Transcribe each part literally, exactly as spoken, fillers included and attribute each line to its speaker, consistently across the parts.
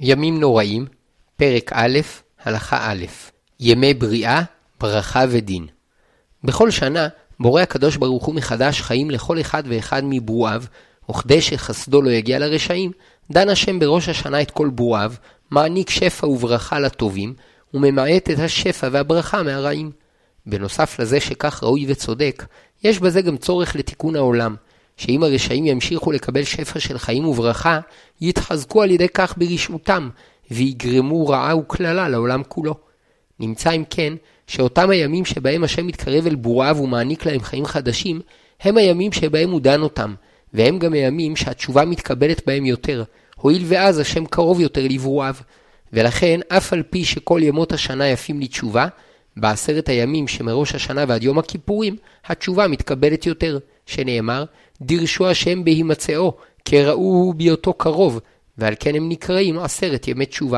Speaker 1: ימים נוראים, פרק א', הלכה א', ימי בריאה, ברכה ודין. בכל שנה בורא הקדוש ברוך הוא מחדש חיים לכל אחד ואחד מברואיו, וכדי שחסדו לא יגיע לרשעים, דן השם בראש השנה את כל ברואיו, מעניק שפע וברכה לטובים, וממעט את השפע והברכה מהרעים. בנוסף לזה שכך ראוי וצודק, יש בזה גם צורך לתיקון העולם, שאם הרשעים ימשיכו לקבל שפע של חיים וברכה, יתחזקו על ידי כך ברשעותם, ויגרמו רעה וכללה לעולם כולו. נמצא אם כן, שאותם הימים שבהם השם מתקרב אל ברואיו ומעניק להם חיים חדשים, הם הימים שבהם הוא דן אותם, והם גם הימים שהתשובה מתקבלת בהם יותר, הואיל ואז השם קרוב יותר לברואיו. ולכן, אף על פי שכל ימות השנה יפים לתשובה, בעשרת הימים שמראש השנה ועד יום הכיפורים, התשובה מתקבלת יותר, שנאמר, דרשו השם בהימצאו, כראו בהיותו קרוב, ועל כן הם נקראים עשרת ימי תשובה.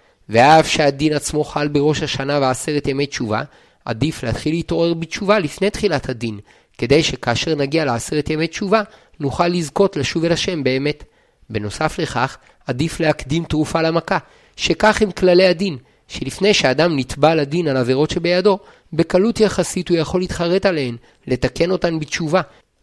Speaker 1: ואף שהדין עצמו חל בראש השנה ועשרת ימי תשובה, עדיף להתחיל להתעורר בתשובה לפני תחילת הדין, כדי שכאשר נגיע לעשרת ימי תשובה, נוכל לזכות לשוב אל השם באמת. בנוסף לכך, עדיף להקדים תרופה למכה, שכך הם כללי הדין, שלפני שאדם נתבע לדין על עבירות שבידו, בקלות יחסית הוא יכול להתחרט עליהן, לתקן אותן בתשובה,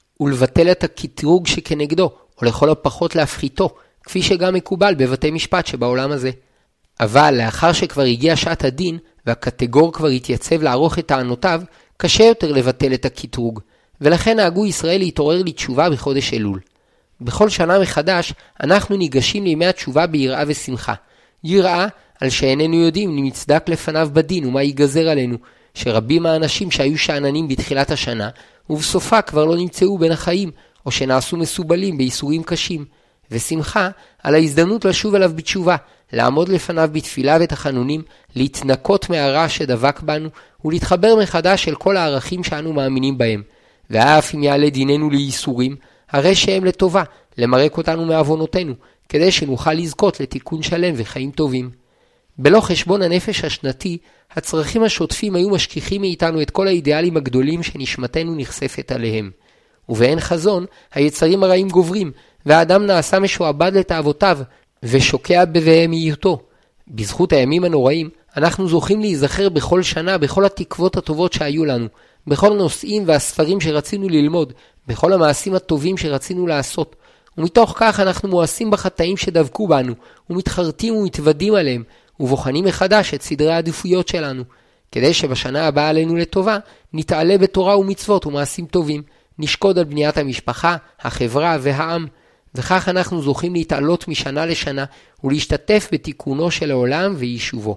Speaker 1: ולבטל את הקטרוג שכנגדו, או לכל הפחות להפחיתו, כפי שגם מקובל בבתי משפט שבעולם הזה. אבל לאחר שכבר הגיע שעת הדין, והקטגור כבר התייצב לערוך את טענותיו, קשה יותר לבטל את הקטרוג, ולכן נהגו ישראל להתעורר לתשובה בחודש אלול. בכל שנה מחדש, אנחנו ניגשים לימי התשובה ביראה ושמחה. יראה על שאיננו יודעים אם נצדק לפניו בדין ומה ייגזר עלינו, שרבים האנשים שהיו שעננים בתחילת השנה, ובסופה כבר לא נמצאו בין החיים, או שנעשו מסובלים בייסורים קשים. ושמחה על ההזדמנות לשוב אליו בתשובה, לעמוד לפניו בתפילה ותחנונים, להתנקות מהרע שדבק בנו, ולהתחבר מחדש אל כל הערכים שאנו מאמינים בהם. ואף אם יעלה דיננו לייסורים, הרי שהם לטובה, למרק אותנו מעוונותינו, כדי שנוכל לזכות לתיקון שלם וחיים טובים. בלא חשבון הנפש השנתי, הצרכים השוטפים היו משכיחים מאיתנו את כל האידיאלים הגדולים שנשמתנו נחשפת עליהם. ובאין חזון, היצרים הרעים גוברים, והאדם נעשה משועבד לתאוותיו, ושוקע בבהמיותו. בזכות הימים הנוראים, אנחנו זוכים להיזכר בכל שנה, בכל התקוות הטובות שהיו לנו, בכל הנושאים והספרים שרצינו ללמוד, בכל המעשים הטובים שרצינו לעשות. ומתוך כך אנחנו מואסים בחטאים שדבקו בנו, ומתחרטים ומתוודים עליהם, ובוחנים מחדש את סדרי העדיפויות שלנו, כדי שבשנה הבאה עלינו לטובה, נתעלה בתורה ומצוות ומעשים טובים, נשקוד על בניית המשפחה, החברה והעם, וכך אנחנו זוכים להתעלות משנה לשנה, ולהשתתף בתיקונו של העולם ויישובו.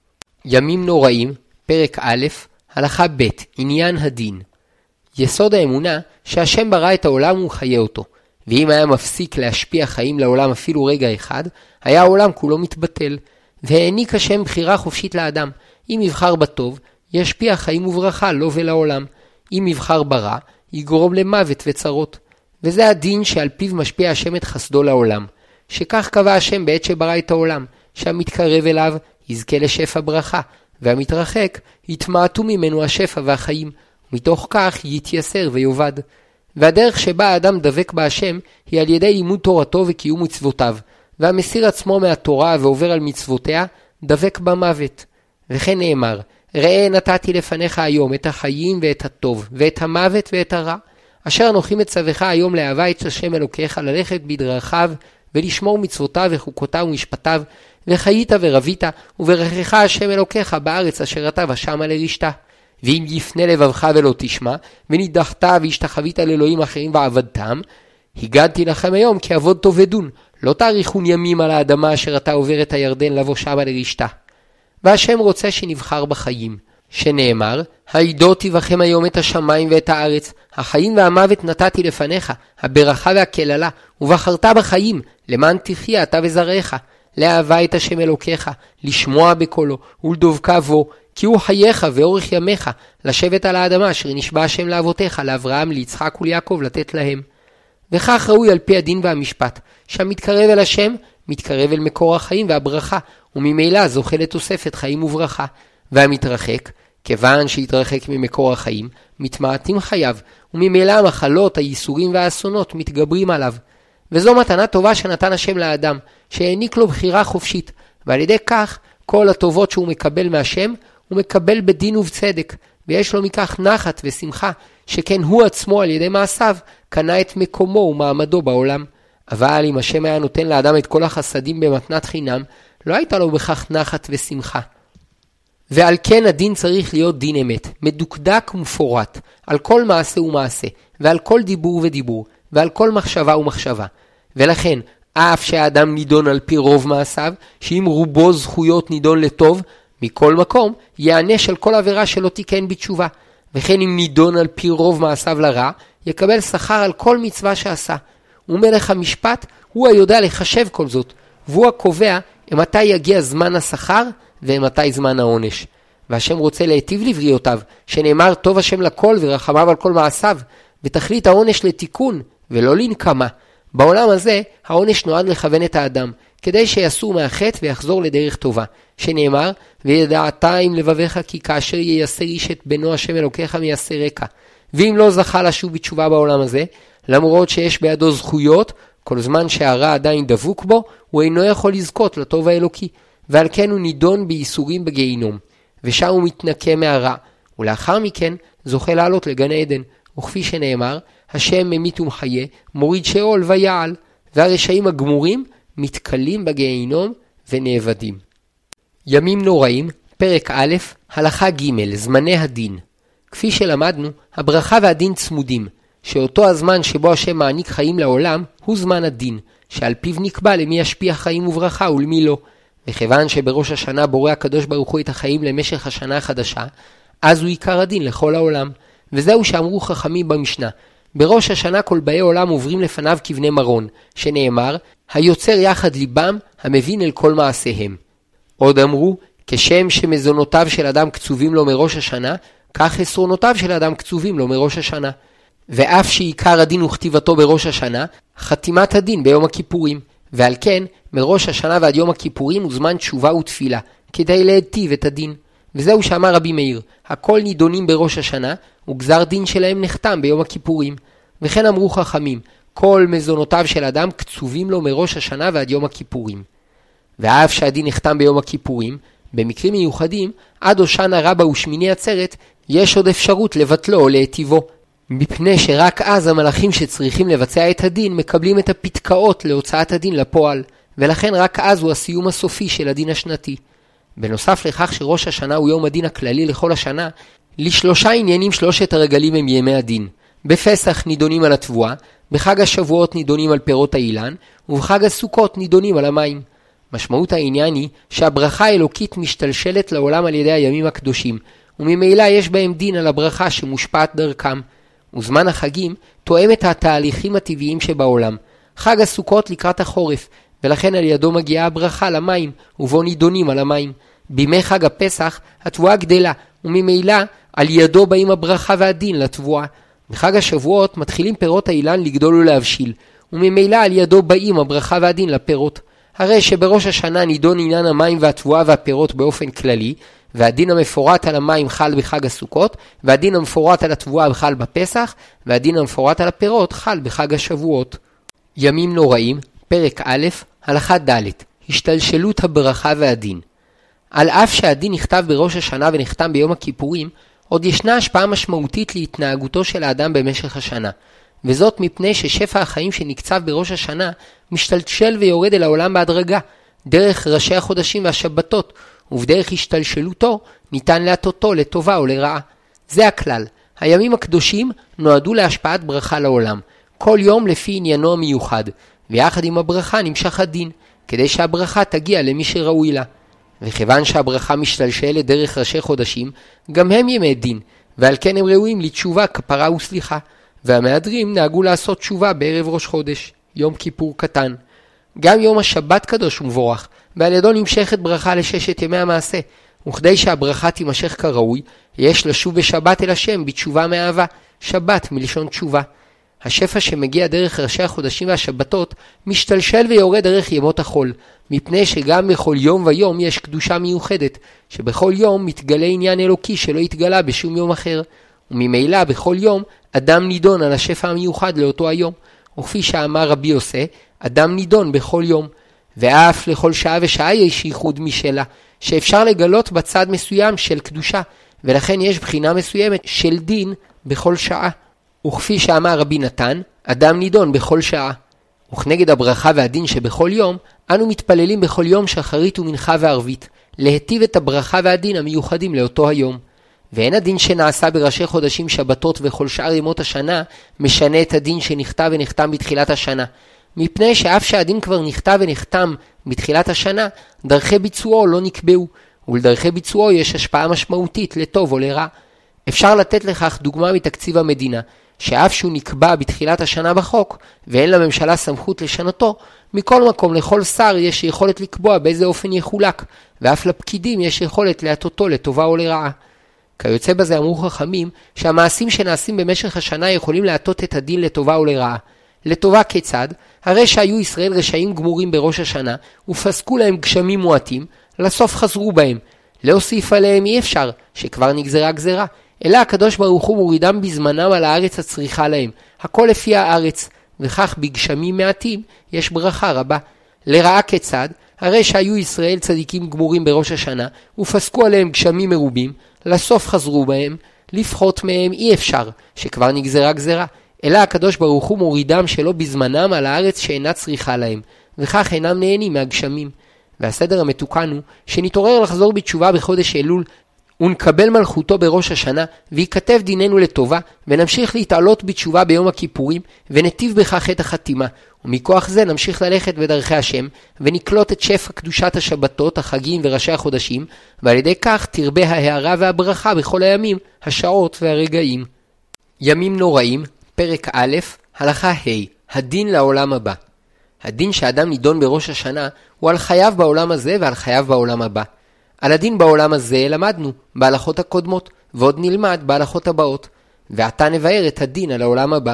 Speaker 1: ימים נוראים, פרק א', הלכה ב', עניין הדין. יסוד האמונה שהשם ברא את העולם ומחיה אותו, ואם היה מפסיק להשפיע חיים לעולם אפילו רגע אחד, היה העולם כולו מתבטל, והעניק השם בחירה חופשית לאדם. אם יבחר בטוב, ישפיע חיים וברכה לו ולעולם. אם יבחר ברע, יגרום למוות וצרות. וזה הדין שעל פיו משפיע השם את חסדו לעולם. שכך קבע השם בעת שברא את העולם, שהמתקרב אליו יזכה לשפע ברכה, והמתרחק יתמעטו ממנו השפע והחיים, ומתוך כך יתייסר ויובד. והדרך שבה האדם דבק בהשם היא על ידי לימוד תורתו וקיום מצוותיו, והמסיר עצמו מהתורה ועובר על מצוותיה דבק במוות. וכן נאמר, ראה נתתי לפניך היום את החיים ואת הטוב, ואת המוות ואת הרע. אשר אנוכי מצווך היום לאהבה את השם אלוקיך, ללכת בדרכיו ולשמור מצוותיו וחוקותיו ומשפטיו, וחיית ורבית, וברכך השם אלוקיך בארץ אשר אתה ושמה לרשתה. ואם יפנה לבבך ולא תשמע, ונידחת והשתחווית על אלוהים אחרים ועבדתם, הגדתי לכם היום כי עבוד תאבדון, לא תאריכון ימים על האדמה אשר אתה עובר את הירדן לבוא שמה לרשתה. והשם רוצה שנבחר בחיים, שנאמר, העידותי בכם היום את השמיים ואת הארץ, החיים והמוות נתתי לפניך, הברכה והכללה, ובחרת בחיים, למען תחיה אתה וזרעך, לאהבה את השם אלוקיך, לשמוע בקולו, ולדבקה בו, כי הוא חייך ואורך ימיך, לשבת על האדמה אשר נשבע השם לאבותיך, לאברהם, ליצחק וליעקב לתת להם. וכך ראוי על פי הדין והמשפט, שהמתקרב אל השם, מתקרב אל מקור החיים והברכה, וממילא זוכה לתוספת חיים וברכה, והמתרחק, כיוון שהתרחק ממקור החיים, מתמעטים חייו, וממילא המחלות, הייסורים והאסונות מתגברים עליו. וזו מתנה טובה שנתן השם לאדם, שהעניק לו בחירה חופשית, ועל ידי כך כל הטובות שהוא מקבל מהשם, הוא מקבל בדין ובצדק, ויש לו מכך נחת ושמחה, שכן הוא עצמו על ידי מעשיו, קנה את מקומו ומעמדו בעולם. אבל אם השם היה נותן לאדם את כל החסדים במתנת חינם, לא הייתה לו בכך נחת ושמחה. ועל כן הדין צריך להיות דין אמת, מדוקדק ומפורט, על כל מעשה ומעשה, ועל כל דיבור ודיבור, ועל כל מחשבה ומחשבה. ולכן, אף שהאדם נידון על פי רוב מעשיו, שאם רובו זכויות נידון לטוב, מכל מקום יענש על כל עבירה שלא תיקן בתשובה. וכן אם נידון על פי רוב מעשיו לרע, יקבל שכר על כל מצווה שעשה. ומלך המשפט הוא היודע לחשב כל זאת, והוא הקובע מתי יגיע זמן השכר ומתי זמן העונש. והשם רוצה להיטיב לבריאותיו, שנאמר טוב השם לכל ורחמיו על כל מעשיו, ותכלית העונש לתיקון ולא לנקמה. בעולם הזה העונש נועד לכוון את האדם, כדי שיסור מהחטא ויחזור לדרך טובה, שנאמר וידעת עם לבביך כי כאשר ייסר איש את בנו השם אלוקיך מייסר רקע. ואם לא זכה לשוב בתשובה בעולם הזה, למרות שיש בידו זכויות, כל זמן שהרע עדיין דבוק בו, הוא אינו יכול לזכות לטוב האלוקי, ועל כן הוא נידון בייסורים בגיהינום, ושם הוא מתנקה מהרע, ולאחר מכן זוכה לעלות לגן עדן, וכפי שנאמר, השם ממית ומחיה, מוריד שאול ויעל, והרשעים הגמורים מתקלים בגיהינום ונאבדים. ימים נוראים, פרק א', הלכה ג', זמני הדין. כפי שלמדנו, הברכה והדין צמודים, שאותו הזמן שבו השם מעניק חיים לעולם, הוא זמן הדין, שעל פיו נקבע למי ישפיע חיים וברכה ולמי לא. וכיוון שבראש השנה בורא הקדוש ברוך הוא את החיים למשך השנה החדשה, אז הוא עיקר הדין לכל העולם. וזהו שאמרו חכמים במשנה, בראש השנה כל באי עולם עוברים לפניו כבני מרון, שנאמר, היוצר יחד ליבם, המבין אל כל מעשיהם. עוד אמרו, כשם שמזונותיו של אדם קצובים לו מראש השנה, כך חסרונותיו של אדם קצובים לו מראש השנה. ואף שעיקר הדין וכתיבתו בראש השנה, חתימת הדין ביום הכיפורים. ועל כן, מראש השנה ועד יום הכיפורים הוא זמן תשובה ותפילה, כדי להיטיב את הדין. וזהו שאמר רבי מאיר, הכל נידונים בראש השנה, וגזר דין שלהם נחתם ביום הכיפורים. וכן אמרו חכמים, כל מזונותיו של אדם קצובים לו מראש השנה ועד יום הכיפורים. ואף שהדין נחתם ביום הכיפורים, במקרים מיוחדים, עד הושענא רבה ושמיני עצרת, יש עוד אפשרות לבטלו או להיטיבו. מפני שרק אז המלאכים שצריכים לבצע את הדין מקבלים את הפתקאות להוצאת הדין לפועל, ולכן רק אז הוא הסיום הסופי של הדין השנתי. בנוסף לכך שראש השנה הוא יום הדין הכללי לכל השנה, לשלושה עניינים שלושת הרגלים הם ימי הדין. בפסח נידונים על התבואה, בחג השבועות נידונים על פירות האילן, ובחג הסוכות נידונים על המים. משמעות העניין היא שהברכה האלוקית משתלשלת לעולם על ידי הימים הקדושים, וממילא יש בהם דין על הברכה שמושפעת דרכם. וזמן החגים תואם את התהליכים הטבעיים שבעולם. חג הסוכות לקראת החורף, ולכן על ידו מגיעה הברכה למים, ובו נידונים על המים. בימי חג הפסח התבואה גדלה, וממילא על ידו באים הברכה והדין לתבואה. בחג השבועות מתחילים פירות האילן לגדול ולהבשיל, וממילא על ידו באים הברכה והדין לפירות. הרי שבראש השנה נידון עניין המים והתבואה והפירות באופן כללי, והדין המפורט על המים חל בחג הסוכות, והדין המפורט על התבואה חל בפסח, והדין המפורט על הפירות חל בחג השבועות. ימים נוראים, פרק א', הלכה ד', השתלשלות הברכה והדין. על אף שהדין נכתב בראש השנה ונחתם ביום הכיפורים, עוד ישנה השפעה משמעותית להתנהגותו של האדם במשך השנה, וזאת מפני ששפע החיים שנקצב בראש השנה משתלשל ויורד אל העולם בהדרגה, דרך ראשי החודשים והשבתות, ובדרך השתלשלותו ניתן להטותו לטובה או לרעה. זה הכלל. הימים הקדושים נועדו להשפעת ברכה לעולם, כל יום לפי עניינו המיוחד, ויחד עם הברכה נמשך הדין, כדי שהברכה תגיע למי שראוי לה. וכיוון שהברכה משתלשלת דרך ראשי חודשים, גם הם ימי דין, ועל כן הם ראויים לתשובה, כפרה וסליחה, והמהדרים נהגו לעשות תשובה בערב ראש חודש, יום כיפור קטן. גם יום השבת קדוש ומבורך, ועל ידו נמשכת ברכה לששת ימי המעשה, וכדי שהברכה תימשך כראוי, יש לשוב בשבת אל השם בתשובה מאהבה, שבת מלשון תשובה. השפע שמגיע דרך ראשי החודשים והשבתות משתלשל ויורד דרך ימות החול, מפני שגם בכל יום ויום יש קדושה מיוחדת, שבכל יום מתגלה עניין אלוקי שלא יתגלה בשום יום אחר, וממילא בכל יום אדם נידון על השפע המיוחד לאותו היום, וכפי שאמר רבי יוסי, אדם נידון בכל יום. ואף לכל שעה ושעה יש ייחוד משלה, שאפשר לגלות בצד מסוים של קדושה, ולכן יש בחינה מסוימת של דין בכל שעה. וכפי שאמר רבי נתן, אדם נידון בכל שעה. וכנגד הברכה והדין שבכל יום, אנו מתפללים בכל יום שחרית ומנחה וערבית, להטיב את הברכה והדין המיוחדים לאותו היום. ואין הדין שנעשה בראשי חודשים שבתות וכל שאר ימות השנה, משנה את הדין שנכתב ונחתם בתחילת השנה. מפני שאף שהדין כבר נכתב ונחתם בתחילת השנה, דרכי ביצועו לא נקבעו, ולדרכי ביצועו יש השפעה משמעותית לטוב או לרע. אפשר לתת לכך דוגמה מתקציב המדינה, שאף שהוא נקבע בתחילת השנה בחוק, ואין לממשלה סמכות לשנותו, מכל מקום לכל שר יש יכולת לקבוע באיזה אופן יחולק, ואף לפקידים יש יכולת להטותו לטובה או לרעה. כיוצא בזה אמרו חכמים, שהמעשים שנעשים במשך השנה יכולים להטות את הדין לטובה או לרעה. לטובה כיצד? הרי שהיו ישראל רשעים גמורים בראש השנה, ופסקו להם גשמים מועטים, לסוף חזרו בהם. להוסיף עליהם אי אפשר, שכבר נגזרה גזרה, אלא הקדוש ברוך הוא מורידם בזמנם על הארץ הצריכה להם, הכל לפי הארץ, וכך בגשמים מעטים יש ברכה רבה. לרעה כיצד? הרי שהיו ישראל צדיקים גמורים בראש השנה, ופסקו עליהם גשמים מרובים, לסוף חזרו בהם, לפחות מהם אי אפשר, שכבר נגזרה גזרה, אלא הקדוש ברוך הוא מורידם שלא בזמנם על הארץ שאינה צריכה להם, וכך אינם נהנים מהגשמים. והסדר המתוקן הוא שנתעורר לחזור בתשובה בחודש אלול, ונקבל מלכותו בראש השנה, וייכתב דיננו לטובה, ונמשיך להתעלות בתשובה ביום הכיפורים, ונטיב בכך את החתימה, ומכוח זה נמשיך ללכת בדרכי השם, ונקלוט את שפע קדושת השבתות, החגים וראשי החודשים, ועל ידי כך תרבה ההערה והברכה בכל הימים, השעות והרגעים. ימים נוראים, פרק א', הלכה ה', הדין לעולם הבא. הדין שאדם נידון בראש השנה, הוא על חייו בעולם הזה ועל חייו בעולם הבא. על הדין בעולם הזה למדנו בהלכות הקודמות, ועוד נלמד בהלכות הבאות, ועתה נבאר את הדין על העולם הבא.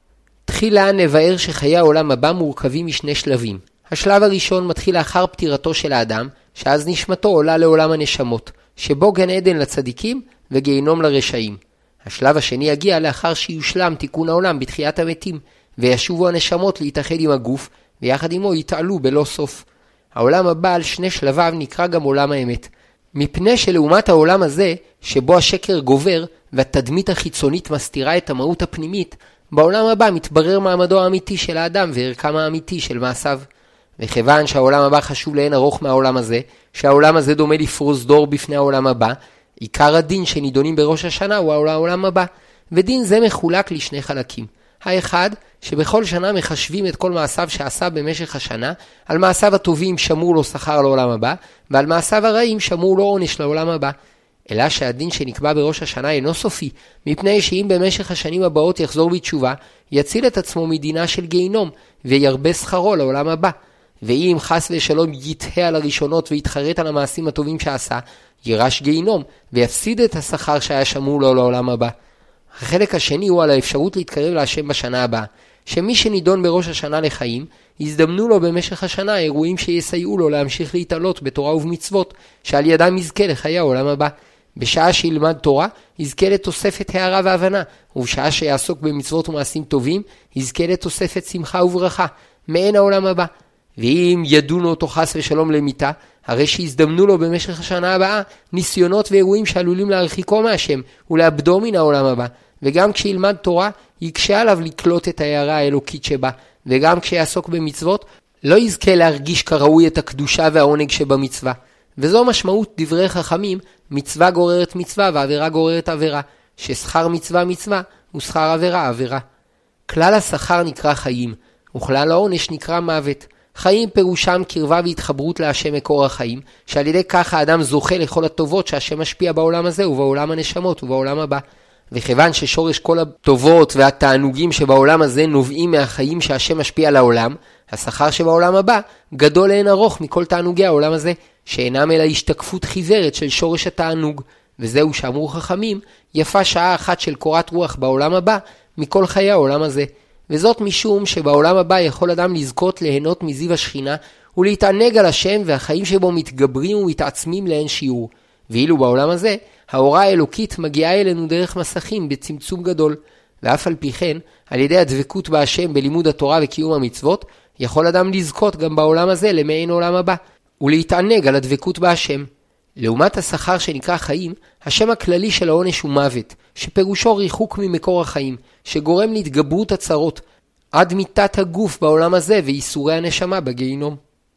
Speaker 1: תחילה נבאר שחיי העולם הבא מורכבים משני שלבים. השלב הראשון מתחיל לאחר פטירתו של האדם, שאז נשמתו עולה לעולם הנשמות, שבו גן עדן לצדיקים וגיהנום לרשעים. השלב השני יגיע לאחר שיושלם תיקון העולם בתחיית המתים, וישובו הנשמות להתאחד עם הגוף, ויחד עמו יתעלו בלא סוף. העולם הבא על שני שלביו נקרא גם עולם האמת. מפני שלעומת העולם הזה, שבו השקר גובר, והתדמית החיצונית מסתירה את המהות הפנימית, בעולם הבא מתברר מעמדו האמיתי של האדם וערכם האמיתי של מעשיו. וכיוון שהעולם הבא חשוב לאין ארוך מהעולם הזה, שהעולם הזה דומה לפרוס דור בפני העולם הבא, עיקר הדין שנידונים בראש השנה הוא העולם הבא, ודין זה מחולק לשני חלקים. האחד, שבכל שנה מחשבים את כל מעשיו שעשה במשך השנה, על מעשיו הטובים שמור לו שכר לעולם הבא, ועל מעשיו הרעים שמור לו עונש לעולם הבא. אלא שהדין שנקבע בראש השנה אינו סופי, מפני שאם במשך השנים הבאות יחזור בתשובה, יציל את עצמו מדינה של גיהנום, וירבה שכרו לעולם הבא. ואם חס ושלום יתהה על הראשונות ויתחרט על המעשים הטובים שעשה, יירש גיהנום, ויפסיד את השכר שהיה שמור לו לעולם הבא. החלק השני הוא על האפשרות להתקרב להשם בשנה הבאה, שמי שנידון בראש השנה לחיים, יזדמנו לו במשך השנה אירועים שיסייעו לו להמשיך להתעלות בתורה ובמצוות, שעל ידם יזכה לחיי העולם הבא. בשעה שילמד תורה, יזכה לתוספת הערה והבנה, ובשעה שיעסוק במצוות ומעשים טובים, יזכה לתוספת שמחה וברכה, מעין העולם הבא. ואם ידונו אותו חס ושלום למיתה, הרי שיזדמנו לו במשך השנה הבאה ניסיונות ואירועים שעלולים להרחיקו מהשם ולאבדו מן העולם הבא. וגם כשילמד תורה, יקשה עליו לקלוט את ההערה האלוקית שבה, וגם כשיעסוק במצוות, לא יזכה להרגיש כראוי את הקדושה והעונג שבמצווה. וזו משמעות דברי חכמים, מצווה גוררת מצווה ועבירה גוררת עבירה, ששכר מצווה מצווה ושכר עבירה עבירה. כלל השכר נקרא חיים, וכלל העונש נקרא מוות. חיים פירושם קרבה והתחברות להשם מקור החיים, שעל ידי כך האדם זוכה לכל הטובות שהשם משפיע בעולם הזה ובעולם הנשמות ובעולם הבא. וכיוון ששורש כל הטובות והתענוגים שבעולם הזה נובעים מהחיים שהשם משפיע על העולם, השכר שבעולם הבא גדול לאין ארוך מכל תענוגי העולם הזה, שאינם אלא השתקפות חיוורת של שורש התענוג. וזהו שאמרו חכמים, יפה שעה אחת של קורת רוח בעולם הבא מכל חיי העולם הזה. וזאת משום שבעולם הבא יכול אדם לזכות ליהנות מזיו השכינה ולהתענג על השם, והחיים שבו מתגברים ומתעצמים לאין שיעור. ואילו בעולם הזה, האורה האלוקית מגיעה אלינו דרך מסכים בצמצום גדול. ואף על פי כן, על ידי הדבקות בהשם בלימוד התורה וקיום המצוות, יכול אדם לזכות גם בעולם הזה למעין עולם הבא, ולהתענג על הדבקות בהשם. לעומת השכר שנקרא חיים, השם הכללי של העונש הוא מוות, שפירושו ריחוק ממקור החיים, שגורם להתגברות הצרות, עד מיתת הגוף בעולם הזה ואיסורי הנשמה בגיהינום.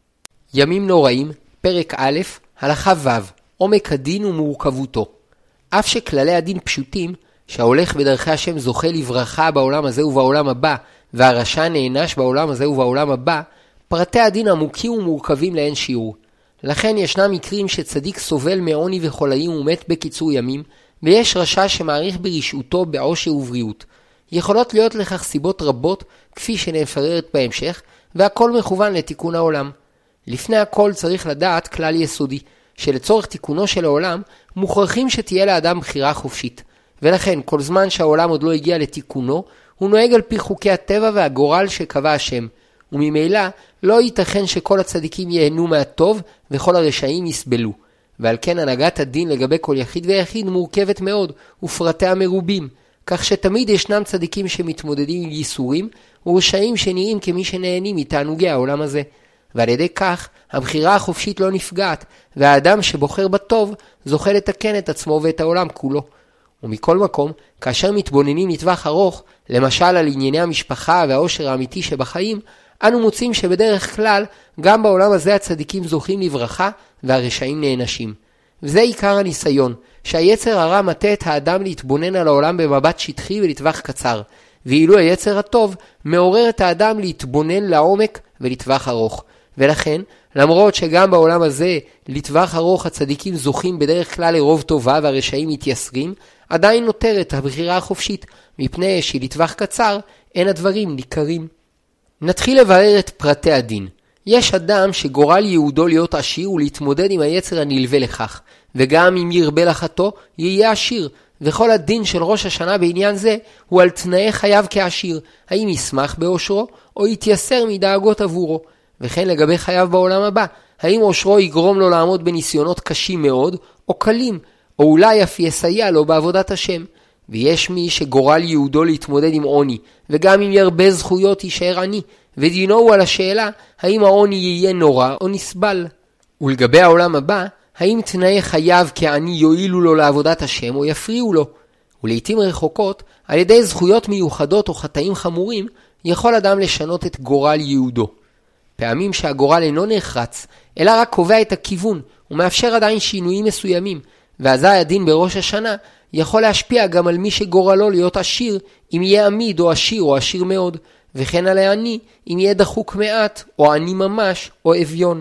Speaker 1: ימים נוראים, פרק א', הלכה ו', עומק הדין ומורכבותו. אף שכללי הדין פשוטים, שההולך בדרכי השם זוכה לברכה בעולם הזה ובעולם הבא, והרשע נענש בעולם הזה ובעולם הבא, פרטי הדין עמוקים ומורכבים לאין שיעור. לכן ישנם מקרים שצדיק סובל מעוני וחולאים ומת בקיצור ימים, ויש רשע שמעריך ברשעותו בעושר ובריאות. יכולות להיות לכך סיבות רבות, כפי שנפרט בהמשך, והכל מכוון לתיקון העולם. לפני הכל צריך לדעת כלל יסודי, שלצורך תיקונו של העולם, מוכרחים שתהיה לאדם בחירה חופשית. ולכן, כל זמן שהעולם עוד לא הגיע לתיקונו, הוא נוהג על פי חוקי הטבע והגורל שקבע השם. וממילא לא ייתכן שכל הצדיקים ייהנו מהטוב וכל הרשעים יסבלו. ועל כן הנהגת הדין לגבי כל יחיד ויחיד מורכבת מאוד, ופרטיה מרובים, כך שתמיד ישנם צדיקים שמתמודדים עם ייסורים, ורשעים שנראים כמי שנהנים מתענוגי העולם הזה. ועל ידי כך, הבחירה החופשית לא נפגעת, והאדם שבוחר בטוב זוכה לתקן את עצמו ואת העולם כולו. ומכל מקום, כאשר מתבוננים לטווח ארוך, למשל על ענייני המשפחה והעושר האמיתי שבחיים, אנו מוצאים שבדרך כלל, גם בעולם הזה הצדיקים זוכים לברכה והרשעים נענשים. וזה עיקר הניסיון, שהיצר הרע מטה את האדם להתבונן על העולם במבט שטחי ולטווח קצר, ואילו היצר הטוב מעורר את האדם להתבונן לעומק ולטווח ארוך. ולכן, למרות שגם בעולם הזה לטווח ארוך הצדיקים זוכים בדרך כלל לרוב טובה והרשעים מתייסרים, עדיין נותרת הבחירה החופשית, מפני שלטווח קצר אין הדברים ניכרים. נתחיל לברר את פרטי הדין. יש אדם שגורל יהודו להיות עשיר ולהתמודד עם היצר הנלווה לכך, וגם אם ירבה לחתו יהיה עשיר, וכל הדין של ראש השנה בעניין זה הוא על תנאי חייו כעשיר, האם ישמח באושרו או יתייסר מדאגות עבורו. וכן לגבי חייו בעולם הבא, האם אושרו יגרום לו לעמוד בניסיונות קשים מאוד או קלים, או אולי אף יסייע לו בעבודת השם. ויש מי שגורל יהודו להתמודד עם עוני, וגם אם ירבה זכויות יישאר עני, ודינו הוא על השאלה האם העוני יהיה נורא או נסבל. ולגבי העולם הבא, האם תנאי חייו כעני יועילו לו לעבודת השם או יפריעו לו. ולעיתים רחוקות, על ידי זכויות מיוחדות או חטאים חמורים, יכול אדם לשנות את גורל יהודו. פעמים שהגורל אינו נחרץ, אלא רק קובע את הכיוון, ומאפשר עדיין שינויים מסוימים, ואזי הדין בראש השנה יכול להשפיע גם על מי שגורלו להיות עשיר, אם יהיה עמיד או עשיר או עשיר מאוד, וכן על העני, אם יהיה דחוק מעט, או עני ממש, או אביון.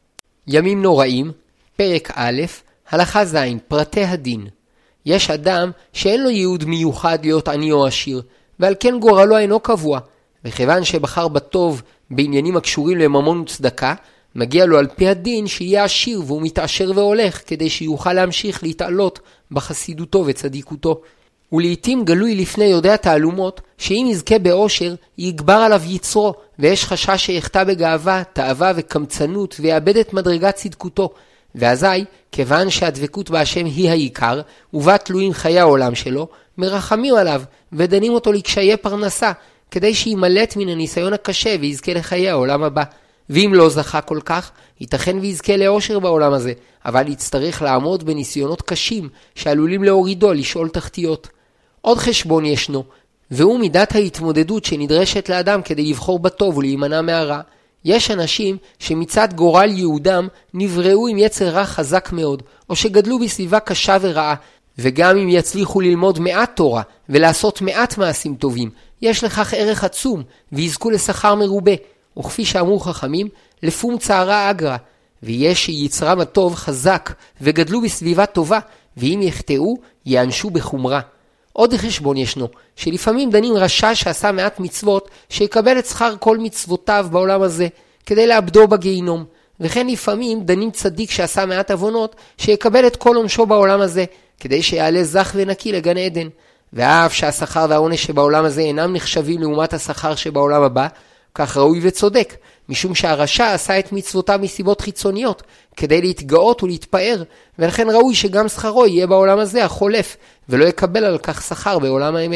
Speaker 1: ימים נוראים, פרק א', הלכה ז', פרטי הדין. יש אדם שאין לו ייעוד מיוחד להיות עני או עשיר, ועל כן גורלו אינו קבוע, וכיוון שבחר בטוב בעניינים הקשורים לממון וצדקה, מגיע לו על פי הדין שיהיה עשיר והוא מתעשר והולך, כדי שיוכל להמשיך להתעלות בחסידותו וצדיקותו. ולעיתים גלוי לפני יודע תעלומות, שאם יזכה באושר, יגבר עליו יצרו, ויש חשש שיחטא בגאווה, תאווה וקמצנות, ויאבד את מדרגת צדקותו. ואזי, כיוון שהדבקות בהשם היא העיקר, ובה תלויים חיי העולם שלו, מרחמים עליו, ודנים אותו לקשיי פרנסה, כדי שימלט מן הניסיון הקשה ויזכה לחיי העולם הבא. ואם לא זכה כל כך, ייתכן ויזכה לאושר בעולם הזה, אבל יצטרך לעמוד בניסיונות קשים שעלולים להורידו לשאול תחתיות. עוד חשבון ישנו, והוא מידת ההתמודדות שנדרשת לאדם כדי לבחור בטוב ולהימנע מהרע. יש אנשים שמצד גורל יהודם נבראו עם יצר רע חזק מאוד, או שגדלו בסביבה קשה ורעה, וגם אם יצליחו ללמוד מעט תורה ולעשות מעט מעשים טובים, יש לכך ערך עצום ויזכו לשכר מרובה. וכפי שאמרו חכמים, לפום צערה אגרה, ויש שיצרם הטוב חזק וגדלו בסביבה טובה, ואם יחטאו יענשו בחומרה. עוד חשבון ישנו, שלפעמים דנים רשע שעשה מעט מצוות, שיקבל את שכר כל מצוותיו בעולם הזה, כדי לאבדו בגיהינום. וכן לפעמים דנים צדיק שעשה מעט עוונות, שיקבל את כל עונשו בעולם הזה, כדי שיעלה זך ונקי לגן עדן. ואף שהשכר והעונש שבעולם הזה אינם נחשבים לעומת השכר שבעולם הבא, כך ראוי וצודק, משום שהרשע עשה את מצוותיו מסיבות חיצוניות, כדי להתגאות ולהתפאר, ולכן ראוי שגם שכרו יהיה בעולם הזה החולף, ולא יקבל על כך שכר בעולם האמת.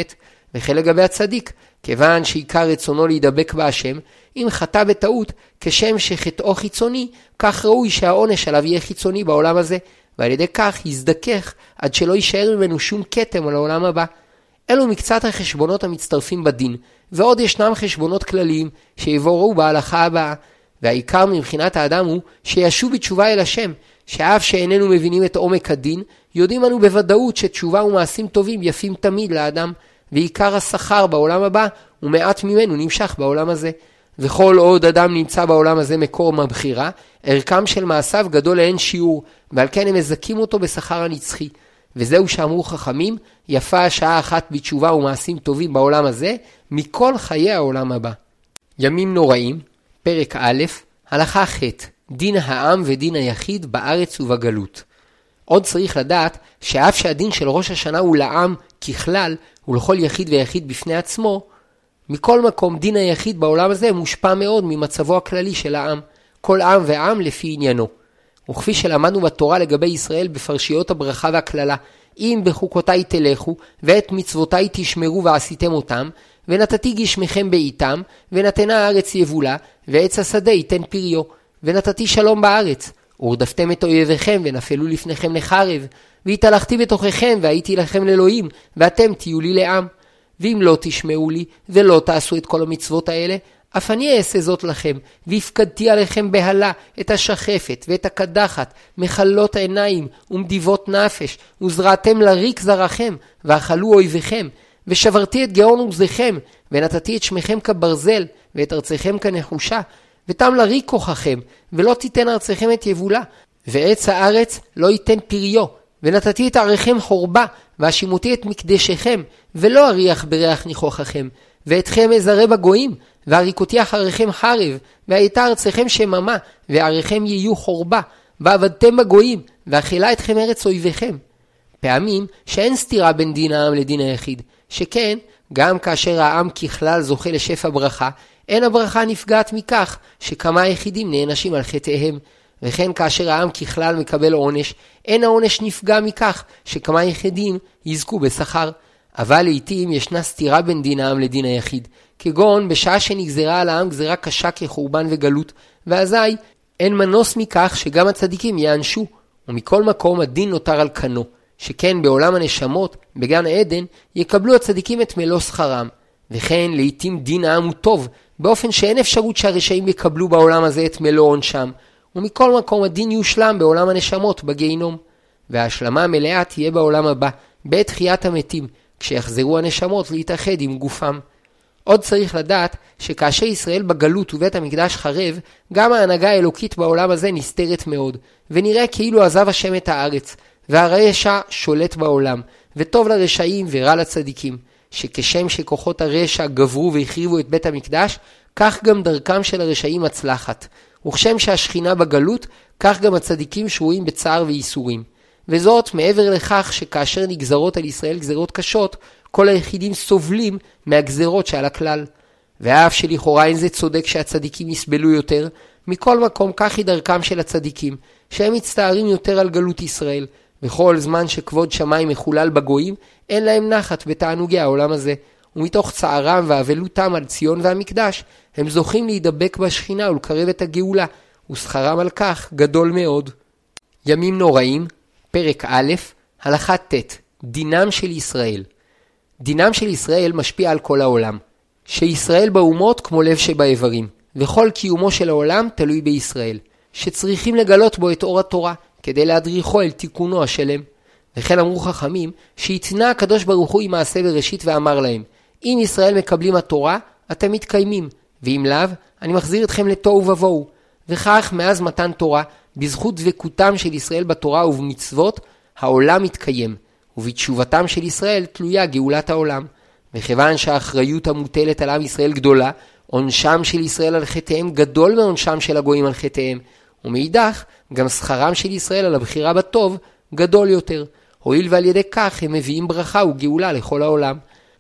Speaker 1: וכן לגבי הצדיק, כיוון שעיקר רצונו להידבק בהשם, אם חטא בטעות, כשם שחטאו חיצוני, כך ראוי שהעונש עליו יהיה חיצוני בעולם הזה, ועל ידי כך יזדכך עד שלא יישאר ממנו שום כתם על העולם הבא. אלו מקצת החשבונות המצטרפים בדין, ועוד ישנם חשבונות כלליים שיבואו בהלכה הבאה, והעיקר מבחינת האדם הוא שישוב בתשובה אל השם, שאף שאיננו מבינים את עומק הדין, יודעים אנו בוודאות שתשובה ומעשים טובים יפים תמיד לאדם, ועיקר השכר בעולם הבא הוא מעט ממנו נמשך בעולם הזה. וכל עוד אדם נמצא בעולם הזה מקור מבחירה, ערכם של מעשיו גדול לאין שיעור, ועל כן הם מזכים אותו בשכר הנצחי. וזהו שאמרו חכמים, יפה השעה אחת בתשובה ומעשים טובים בעולם הזה, מכל חיי העולם הבא. ימים נוראים, פרק א', הלכה ח', דין העם ודין היחיד בארץ ובגלות. עוד צריך לדעת שאף שהדין של ראש השנה הוא לעם ככלל, ולכל יחיד ויחיד בפני עצמו, מכל מקום דין היחיד בעולם הזה מושפע מאוד ממצבו הכללי של העם, כל עם ועם לפי עניינו. וכפי שלמדנו בתורה לגבי ישראל בפרשיות הברכה והכללה, אם בחוקותיי תלכו, ואת מצוותיי תשמרו ועשיתם אותם, ונתתי גשמכם בעיתם, ונתנה הארץ יבולה, ועץ השדה ייתן פריו, ונתתי שלום בארץ, ורדפתם את אויביכם, ונפלו לפניכם לחרב, והתהלכתי בתוככם, והייתי לכם לאלוהים, ואתם תהיו לי לעם. ואם לא תשמעו לי, ולא תעשו את כל המצוות האלה, אף אני אעשה זאת לכם, והפקדתי עליכם בהלה את השחפת ואת הקדחת, מחלות העיניים ומדיבות נפש, וזרעתם לריק זרעכם, ואכלו אויביכם, ושברתי את גאון עוזכם, ונתתי את שמכם כברזל, ואת ארציכם כנחושה, ותם לריק כוחכם, ולא תיתן ארציכם את יבולה, ועץ הארץ לא ייתן פריו, ונתתי את עריכם חורבה, והשימותי את מקדשכם, ולא אריח בריח ניחוחכם, ואתכם אזרה בגויים, והריקותי אחריכם חרב, והייתה ארציכם שממה, ועריכם יהיו חורבה, ועבדתם בגויים, ואכילה אתכם ארץ אויביכם. פעמים שאין סתירה בין דין העם לדין היחיד, שכן, גם כאשר העם ככלל זוכה לשפע ברכה, אין הברכה נפגעת מכך שכמה יחידים נענשים על חטאיהם, וכן כאשר העם ככלל מקבל עונש, אין העונש נפגע מכך שכמה יחידים יזכו בשכר. אבל לעתים ישנה סתירה בין דין העם לדין היחיד, כגון בשעה שנגזרה על העם גזרה קשה כחורבן וגלות, ואזי אין מנוס מכך שגם הצדיקים יענשו, ומכל מקום הדין נותר על כנו, שכן בעולם הנשמות, בגן העדן, יקבלו הצדיקים את מלוא שכרם. וכן לעתים דין העם הוא טוב, באופן שאין אפשרות שהרשעים יקבלו בעולם הזה את מלוא עונשם, ומכל מקום הדין יושלם בעולם הנשמות בגיהינום, וההשלמה המלאה תהיה בעולם הבא, בעת תחיית המתים, כשיחזרו הנשמות להתאחד עם גופם. עוד צריך לדעת שכאשר ישראל בגלות ובית המקדש חרב, גם ההנהגה האלוקית בעולם הזה נסתרת מאוד, ונראה כאילו עזב השם את הארץ, והרשע שולט בעולם, וטוב לרשעים ורע לצדיקים, שכשם שכוחות הרשע גברו והחריבו את בית המקדש, כך גם דרכם של הרשעים מצלחת. וכשם שהשכינה בגלות, כך גם הצדיקים שרויים בצער וייסורים. וזאת מעבר לכך שכאשר נגזרות על ישראל גזרות קשות, כל היחידים סובלים מהגזרות שעל הכלל. ואף שלכאורה אין זה צודק שהצדיקים יסבלו יותר, מכל מקום כך היא דרכם של הצדיקים, שהם מצטערים יותר על גלות ישראל, וכל זמן שכבוד שמיים מחולל בגויים, אין להם נחת בתענוגי העולם הזה, ומתוך צערם ואבלותם על ציון והמקדש, הם זוכים להידבק בשכינה ולקרב את הגאולה, ושכרם על כך גדול מאוד. ימים נוראים, פרק א', הלכה ט', דינם של ישראל. דינם של ישראל משפיע על כל העולם, שישראל באומות כמו לב שבאיברים, וכל קיומו של העולם תלוי בישראל, שצריכים לגלות בו את אור התורה, כדי להדריכו אל תיקונו השלם. וכן אמרו חכמים, שהתנה הקדוש ברוך הוא עם מעשה בראשית ואמר להם, אם ישראל מקבלים התורה, אתם מתקיימים, ואם לאו, אני מחזיר אתכם לתוהו ובוהו. וכך מאז מתן תורה, בזכות דבקותם של ישראל בתורה ובמצוות, העולם מתקיים, ובתשובתם של ישראל תלויה גאולת העולם. וכיוון שהאחריות המוטלת על עם ישראל גדולה, עונשם של ישראל על חטאיהם גדול מעונשם של הגויים על חטאיהם, ומאידך גם שכרם של ישראל על הבחירה בטוב גדול יותר, הואיל ועל ידי כך הם מביאים ברכה וגאולה לכל העולם.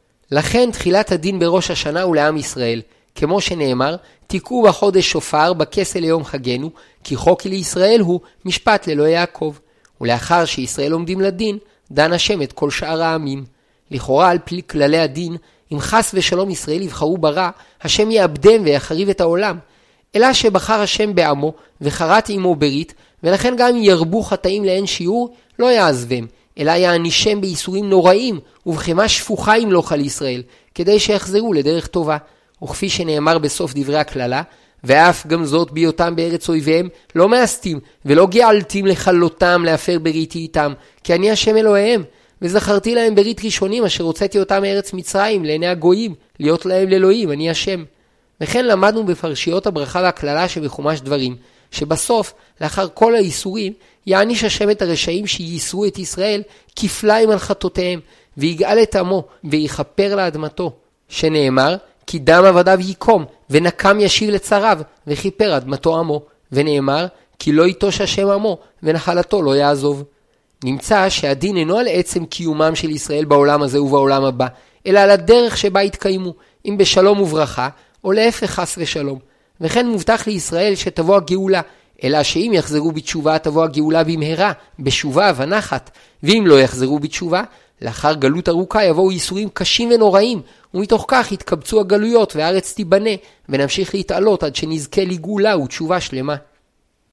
Speaker 1: לכן תחילת הדין בראש השנה הוא לעם ישראל, כמו שנאמר, תיקעו בחודש שופר בכסל ליום חגנו, כי חוק לישראל הוא משפט לאלוהי יעקב. ולאחר שישראל עומדים לדין, דן השם את כל שאר העמים. לכאורה על פי כללי הדין, אם חס ושלום ישראל יבחרו ברע, השם יאבדם ויחריב את העולם. אלא שבחר השם בעמו, וחרת עמו ברית, ולכן גם אם ירבו חטאים לאין שיעור, לא יעזבם, אלא יענישם בייסורים נוראים, ובחמה שפוכה ימלוך על ישראל, כדי שיחזרו לדרך טובה. וכפי שנאמר בסוף דברי הכללה, ואף גם זאת בהיותם בארץ אויביהם, לא מאסתים, ולא געלתים לכלותם להפר בריתי איתם, כי אני השם אלוהיהם, וזכרתי להם ברית ראשונים, אשר הוצאתי אותם מארץ מצרים, לעיני הגויים, להיות להם לאלוהים, אני השם. וכן למדנו בפרשיות הברכה והכללה שבחומש דברים, שבסוף, לאחר כל האיסורים, יעניש השם את הרשעים שייסרו את ישראל כפליים על חטאותיהם, ויגאל את עמו, ויכפר לאדמתו. שנאמר, כי דם עבדיו יקום, ונקם ישיב לצריו, וכיפר אדמתו עמו. ונאמר, כי לא יטוש השם עמו, ונחלתו לא יעזוב. נמצא שהדין אינו על עצם קיומם של ישראל בעולם הזה ובעולם הבא, אלא על הדרך שבה יתקיימו, אם בשלום וברכה, או להפך חס ושלום. וכן מובטח לישראל שתבוא הגאולה, אלא שאם יחזרו בתשובה תבוא הגאולה במהרה, בשובה ונחת, ואם לא יחזרו בתשובה, לאחר גלות ארוכה יבואו ייסורים קשים ונוראים, ומתוך כך יתקבצו הגלויות והארץ תיבנה, ונמשיך להתעלות עד שנזכה לגאולה ותשובה שלמה.